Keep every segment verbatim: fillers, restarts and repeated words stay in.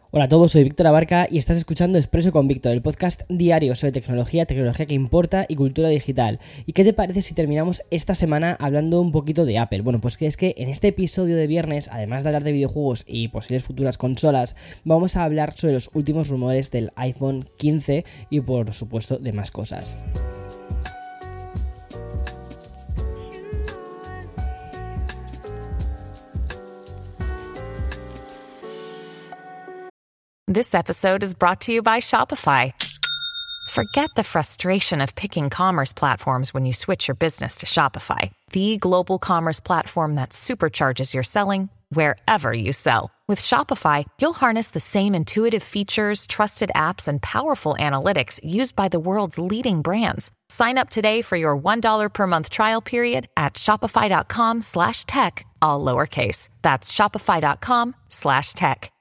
Hola a todos, soy Víctor Abarca y estás escuchando Expreso con Víctor, el podcast diario sobre tecnología, tecnología que importa y cultura digital. ¿Y qué te parece si terminamos esta semana hablando un poquito de Apple? Bueno, pues que es que en este episodio de viernes, además de hablar de videojuegos y posibles futuras consolas, vamos a hablar sobre los últimos rumores del iPhone quince y por supuesto de más cosas. This episode is brought to you by Shopify. Forget the frustration of picking commerce platforms when you switch your business to Shopify, the global commerce platform that supercharges your selling wherever you sell. With Shopify, you'll harness the same intuitive features, trusted apps, and powerful analytics used by the world's leading brands. Sign up today for your one dollar per month trial period at shopify.com slash tech, all lowercase. That's shopify.com slash tech.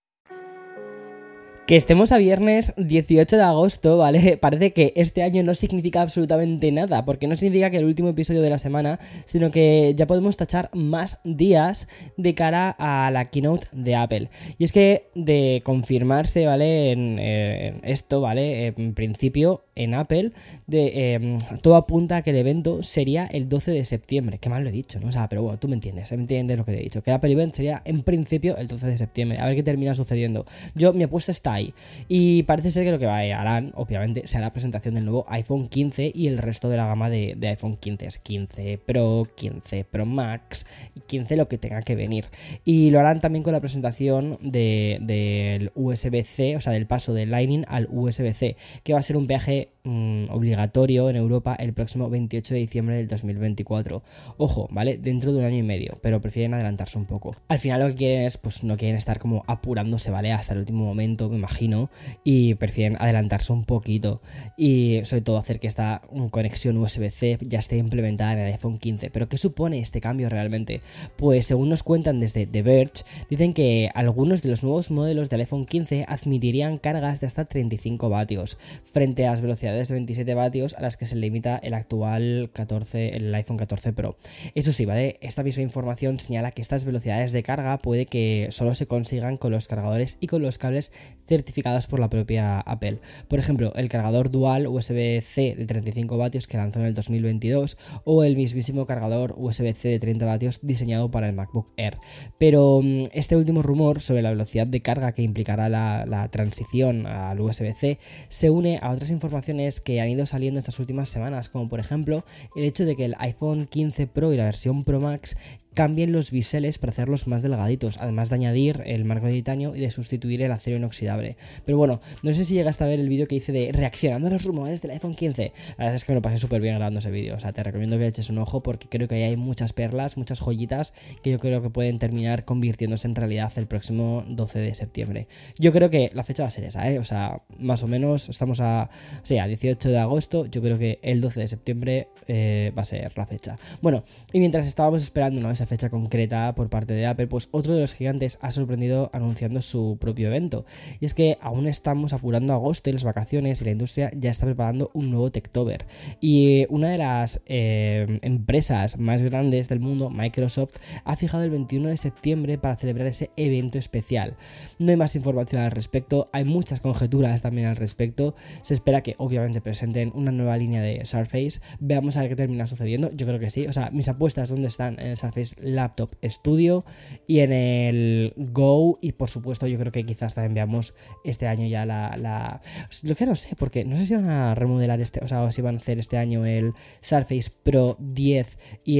Que estemos a viernes dieciocho de agosto, ¿vale? Parece que este año no significa absolutamente nada, porque no significa que el último episodio de la semana, sino que ya podemos tachar más días de cara a la keynote de Apple. Y es que de confirmarse, ¿vale? En, eh, en esto, ¿vale? En principio, en Apple, de, eh, todo apunta a que el evento sería el doce de septiembre. Qué mal lo he dicho, ¿no? O sea, pero bueno, tú me entiendes, me entiendes lo que te he dicho. Que el Apple Event sería en principio el doce de septiembre. A ver qué termina sucediendo. Yo, mi apuesta está ahí. Y parece ser que lo que harán, obviamente, será la presentación del nuevo iPhone quince y el resto de la gama de, de iPhone quince, quince Pro, quince Pro Max y quince lo que tenga que venir. Y lo harán también con la presentación de, del U S B C, o sea, del paso del Lightning al U S B C, que va a ser un peaje mmm, obligatorio en Europa el próximo veintiocho de diciembre del dos mil veinticuatro. Ojo, ¿vale? Dentro de un año y medio, pero prefieren adelantarse un poco. Al final lo que quieren es, pues no quieren estar como apurándose, ¿vale? Hasta el último momento, me imagino, y prefieren adelantarse un poquito y sobre todo hacer que esta conexión U S B C ya esté implementada en el iPhone quince. ¿Pero qué supone este cambio realmente? Pues según nos cuentan desde The Verge, dicen que algunos de los nuevos modelos del iPhone quince admitirían cargas de hasta treinta y cinco vatios frente a las velocidades de veintisiete vatios a las que se limita el actual catorce, el iPhone catorce Pro. Eso sí, ¿vale? Esta misma información señala que estas velocidades de carga puede que solo se consigan con los cargadores y con los cables certificados por la propia Apple. Por ejemplo, el cargador dual U S B C de treinta y cinco vatios que lanzó en el dos mil veintidós o el mismísimo cargador U S B C de treinta vatios diseñado para el MacBook Air. Pero este último rumor sobre la velocidad de carga que implicará la, la transición al U S B C se une a otras informaciones que han ido saliendo estas últimas semanas, como por ejemplo el hecho de que el iPhone quince Pro y la versión Pro Max cambien los biseles para hacerlos más delgaditos, además de añadir el marco de titanio y de sustituir el acero inoxidable. Pero bueno, no sé si llegaste a ver el vídeo que hice de reaccionando a los rumores del iPhone quince. La verdad es que me lo pasé súper bien grabando ese vídeo, o sea, te recomiendo que le eches un ojo porque creo que ahí hay muchas perlas, muchas joyitas que yo creo que pueden terminar convirtiéndose en realidad el próximo doce de septiembre. Yo creo que la fecha va a ser esa, ¿eh? O sea, más o menos estamos a, o sea, dieciocho de agosto, yo creo que el doce de septiembre eh, va a ser la fecha. Bueno, y mientras estábamos esperando, ¿no?, esa fecha concreta por parte de Apple, pues otro de los gigantes ha sorprendido anunciando su propio evento. Y es que aún estamos apurando agosto y las vacaciones y la industria ya está preparando un nuevo Techtober. Y una de las eh, empresas más grandes del mundo, Microsoft, ha fijado el veintiuno de septiembre para celebrar ese evento especial. No hay más información al respecto, hay muchas conjeturas también al respecto. Se espera que obviamente presenten una nueva línea de Surface. Veamos a ver qué termina sucediendo. Yo creo que sí. O sea, mis apuestas, ¿dónde están? En el Surface Laptop Studio y en el Go, y por supuesto yo creo que quizás también veamos este año ya la, la... lo que no sé, porque no sé si van a remodelar este, o sea, o si van a hacer este año el Surface Pro diez y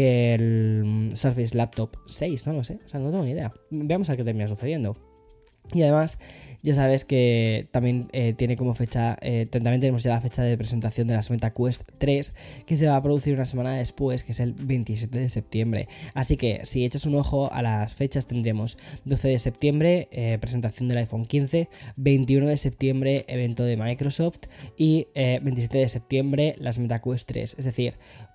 el Surface Laptop seis, no lo sé, o sea, no tengo ni idea. Veamos a ver qué termina sucediendo. Y además, ya sabes que también eh, tiene como fecha, eh, también tenemos ya la fecha de presentación de las MetaQuest tres, que se va a producir una semana después, que es el veintisiete de septiembre. Así que si echas un ojo a las fechas, tendremos doce de septiembre, eh, presentación del iPhone quince, veintiuno de septiembre, evento de Microsoft y eh, veintisiete de septiembre, las MetaQuest tres. Es decir,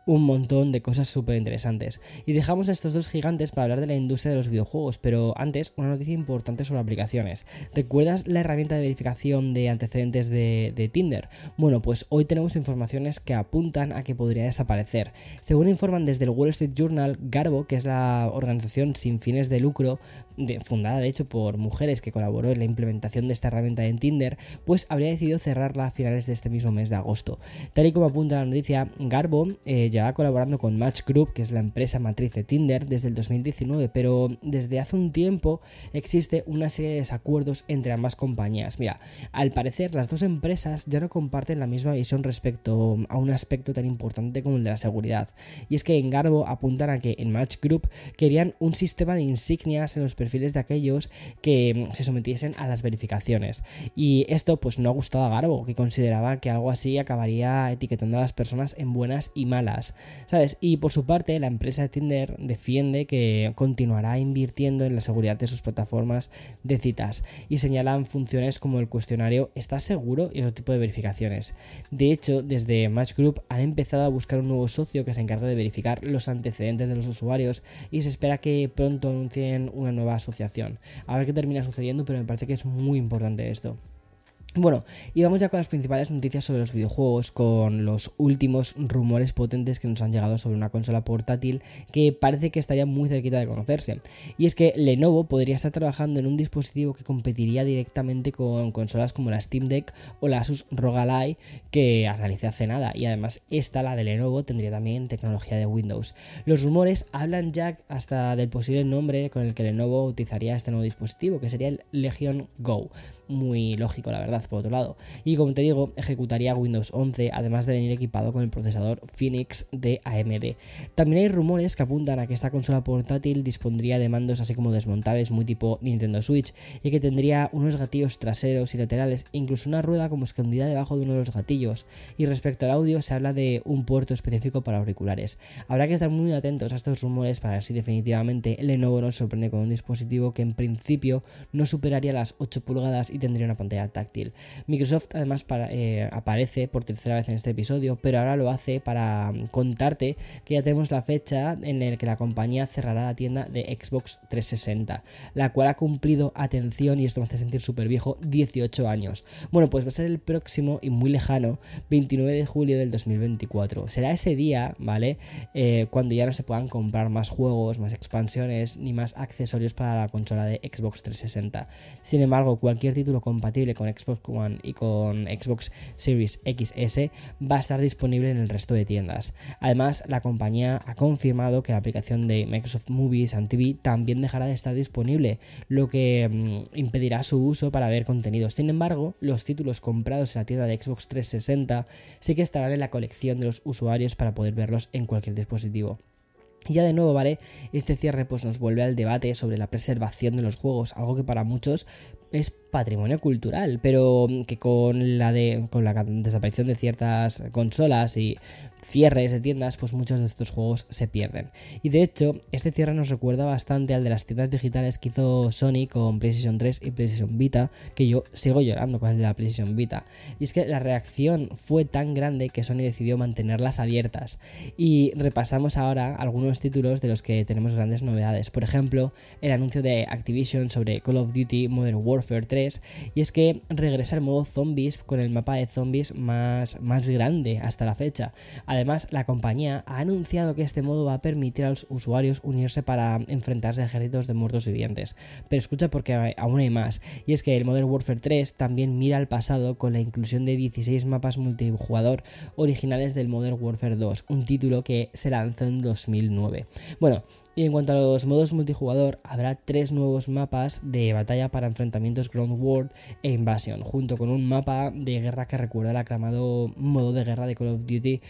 un montón de cosas súper interesantes. Y dejamos a estos dos gigantes para hablar de la industria de los videojuegos, pero antes una noticia importante sobre aplicaciones. ¿Recuerdas la herramienta de verificación de antecedentes de, de Tinder? Bueno, pues hoy tenemos informaciones que apuntan a que podría desaparecer. Según informan desde el Wall Street Journal, Garbo, que es la organización sin fines de lucro, de, fundada de hecho por mujeres que colaboró en la implementación de esta herramienta en Tinder, pues habría decidido cerrarla a finales de este mismo mes de agosto. Tal y como apunta la noticia, Garbo eh, lleva colaborando con Match Group, que es la empresa matriz de Tinder, desde el dos mil diecinueve, pero desde hace un tiempo existe una serie de desacuerdos entre ambas compañías. Mira, al parecer las dos empresas ya no comparten la misma visión respecto a un aspecto tan importante como el de la seguridad, y es que en Garbo apuntan a que en Match Group querían un sistema de insignias en los perfiles de aquellos que se sometiesen a las verificaciones, y esto pues no ha gustado a Garbo, que consideraba que algo así acabaría etiquetando a las personas en buenas y malas, ¿sabes? Y por su parte la empresa de Tinder defiende que continuará invirtiendo en la seguridad de sus plataformas de citas y señalan funciones como el cuestionario ¿estás seguro? Y otro tipo de verificaciones. De hecho, desde Match Group han empezado a buscar un nuevo socio que se encargue de verificar los antecedentes de los usuarios y se espera que pronto anuncien una nueva asociación. A ver qué termina sucediendo, pero me parece que es muy importante esto. Bueno, y vamos ya con las principales noticias sobre los videojuegos, con los últimos rumores potentes que nos han llegado sobre una consola portátil que parece que estaría muy cerquita de conocerse. Y es que Lenovo podría estar trabajando en un dispositivo que competiría directamente con consolas como la Steam Deck o la Asus R O G Ally que analicé hace nada, y además esta, la de Lenovo, tendría también tecnología de Windows. Los rumores hablan ya hasta del posible nombre con el que Lenovo utilizaría este nuevo dispositivo, que sería el Legion Go. Muy lógico, la verdad, por otro lado. Y como te digo, ejecutaría Windows once, además de venir equipado con el procesador Phoenix de A M D. También hay rumores que apuntan a que esta consola portátil dispondría de mandos así como desmontables, muy tipo Nintendo Switch, y que tendría unos gatillos traseros y laterales, e incluso una rueda como escondida debajo de uno de los gatillos. Y respecto al audio, se habla de un puerto específico para auriculares. Habrá que estar muy atentos a estos rumores para ver si definitivamente Lenovo nos sorprende con un dispositivo que en principio no superaría las ocho pulgadas y tendría una pantalla táctil. Microsoft además para, eh, aparece por tercera vez en este episodio, pero ahora lo hace para contarte que ya tenemos la fecha en la que la compañía cerrará la tienda de Xbox trescientos sesenta, la cual ha cumplido, atención, y esto me hace sentir súper viejo, dieciocho años. Bueno, pues va a ser el próximo y muy lejano veintinueve de julio del dos mil veinticuatro. Será ese día, ¿vale? Eh, cuando ya no se puedan comprar más juegos, más expansiones ni más accesorios para la consola de Xbox trescientos sesenta. Sin embargo, cualquier título compatible con Xbox One y con Xbox Series X S va a estar disponible en el resto de tiendas. Además, la compañía ha confirmado que la aplicación de Microsoft Movies and T V también dejará de estar disponible, lo que mmm, impedirá su uso para ver contenidos. Sin embargo, los títulos comprados en la tienda de Xbox trescientos sesenta sí que estarán en la colección de los usuarios para poder verlos en cualquier dispositivo. Y ya de nuevo, ¿vale? Este cierre pues nos vuelve al debate sobre la preservación de los juegos, algo que para muchos es patrimonio cultural, pero que con la de con la desaparición de ciertas consolas y cierres de tiendas, pues muchos de estos juegos se pierden. Y de hecho, este cierre nos recuerda bastante al de las tiendas digitales que hizo Sony con PlayStation tres y PlayStation Vita, que yo sigo llorando con el de la PlayStation Vita. Y es que la reacción fue tan grande que Sony decidió mantenerlas abiertas. Y repasamos ahora algunos títulos de los que tenemos grandes novedades. Por ejemplo, el anuncio de Activision sobre Call of Duty Modern Warfare tres, y es que regresa el modo zombies con el mapa de zombies más, más grande hasta la fecha. Además, la compañía ha anunciado que este modo va a permitir a los usuarios unirse para enfrentarse a ejércitos de muertos vivientes. Pero escucha, porque aún hay más, y es que el Modern Warfare tres también mira al pasado con la inclusión de dieciséis mapas multijugador originales del Modern Warfare dos, un título que se lanzó en dos mil nueve. Bueno, y en cuanto a los modos multijugador, habrá tres nuevos mapas de batalla para enfrentamientos Ground War e Invasion, junto con un mapa de guerra que recuerda el aclamado modo de guerra de Call of Duty,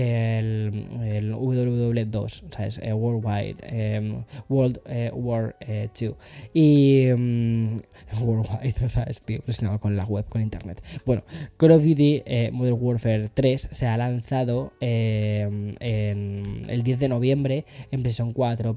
el, el W W W dos, ¿sabes? Eh, Worldwide, eh, World eh, War eh, dos. Y... Um, Worldwide, ¿sabes? Estoy obsesionado con la web, con internet. Bueno, Call of Duty eh, Modern Warfare tres se ha lanzado eh, en el diez de noviembre en PlayStation cuatro,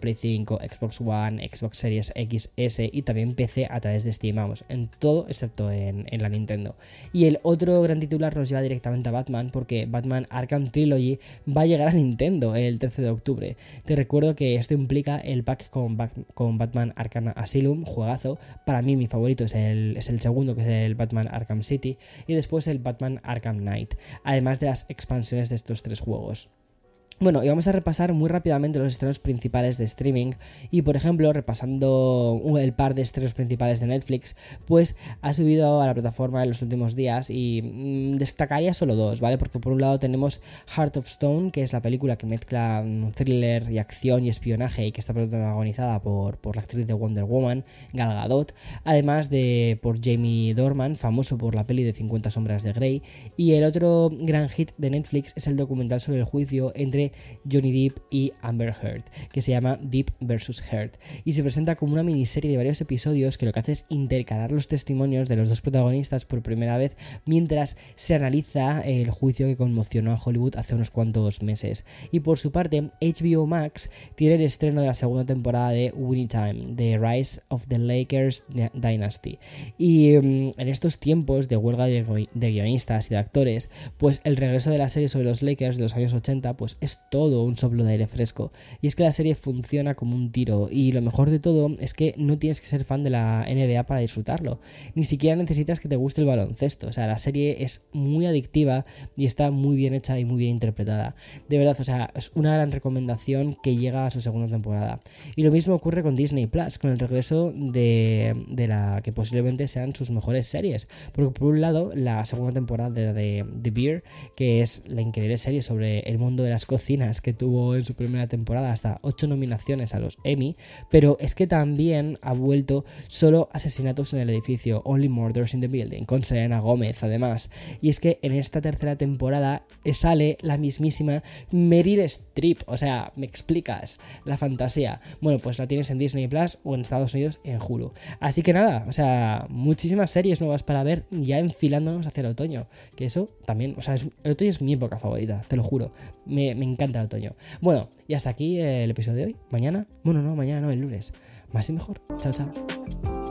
Play cinco, Xbox One, Xbox Series X S y también P C a través de Steam, vamos, en todo excepto en, en la Nintendo. Y el otro gran titular nos lleva directamente a Batman, porque Batman Arkham Trilogy va a llegar a Nintendo el trece de octubre. Te recuerdo que esto implica el pack con, con Batman Arkham Asylum, juegazo. Para mí mi favorito es el, es el segundo, que es el Batman Arkham City, y después el Batman Arkham Knight, además de las expansiones de estos tres juegos. Bueno, y vamos a repasar muy rápidamente los estrenos principales de streaming y, por ejemplo, repasando el par de estrenos principales de Netflix, pues ha subido a la plataforma en los últimos días y mmm, destacaría solo dos, ¿vale? Porque por un lado tenemos Heart of Stone, que es la película que mezcla thriller y acción y espionaje y que está protagonizada por, por la actriz de Wonder Woman, Gal Gadot, además de por Jamie Dornan, famoso por la peli de cincuenta sombras de Grey, y el otro gran hit de Netflix es el documental sobre el juicio entre Johnny Depp y Amber Heard, que se llama Depp versus. Heard, y se presenta como una miniserie de varios episodios que lo que hace es intercalar los testimonios de los dos protagonistas por primera vez mientras se analiza el juicio que conmocionó a Hollywood hace unos cuantos meses. Y por su parte, H B O Max tiene el estreno de la segunda temporada de Winning Time, The Rise of the Lakers Dynasty, y um, en estos tiempos de huelga de, de guionistas y de actores, pues el regreso de la serie sobre los Lakers de los años ochenta pues es todo un soplo de aire fresco, y es que la serie funciona como un tiro, y lo mejor de todo es que no tienes que ser fan de la N B A para disfrutarlo, ni siquiera necesitas que te guste el baloncesto. O sea, la serie es muy adictiva y está muy bien hecha y muy bien interpretada, de verdad. O sea, es una gran recomendación que llega a su segunda temporada. Y lo mismo ocurre con Disney Plus, con el regreso de, de la que posiblemente sean sus mejores series, porque por un lado la segunda temporada de, de The Bear, que es la increíble serie sobre el mundo de las cocinas que tuvo en su primera temporada hasta ocho nominaciones a los Emmy, pero es que también ha vuelto Solo asesinatos en el edificio, Only Murders in the Building, con Selena Gómez además, y es que en esta tercera temporada sale la mismísima Meryl Streep. O sea, ¿me explicas? La fantasía. Bueno, pues la tienes en Disney Plus o en Estados Unidos en Hulu. Así que nada, o sea, muchísimas series nuevas para ver ya enfilándonos hacia el otoño, que eso también, o sea, es, el otoño es mi época favorita, te lo juro, me, me encanta el otoño. Bueno, y hasta aquí el episodio de hoy. Mañana, bueno no, mañana no, el lunes, más y mejor. Chao, chao.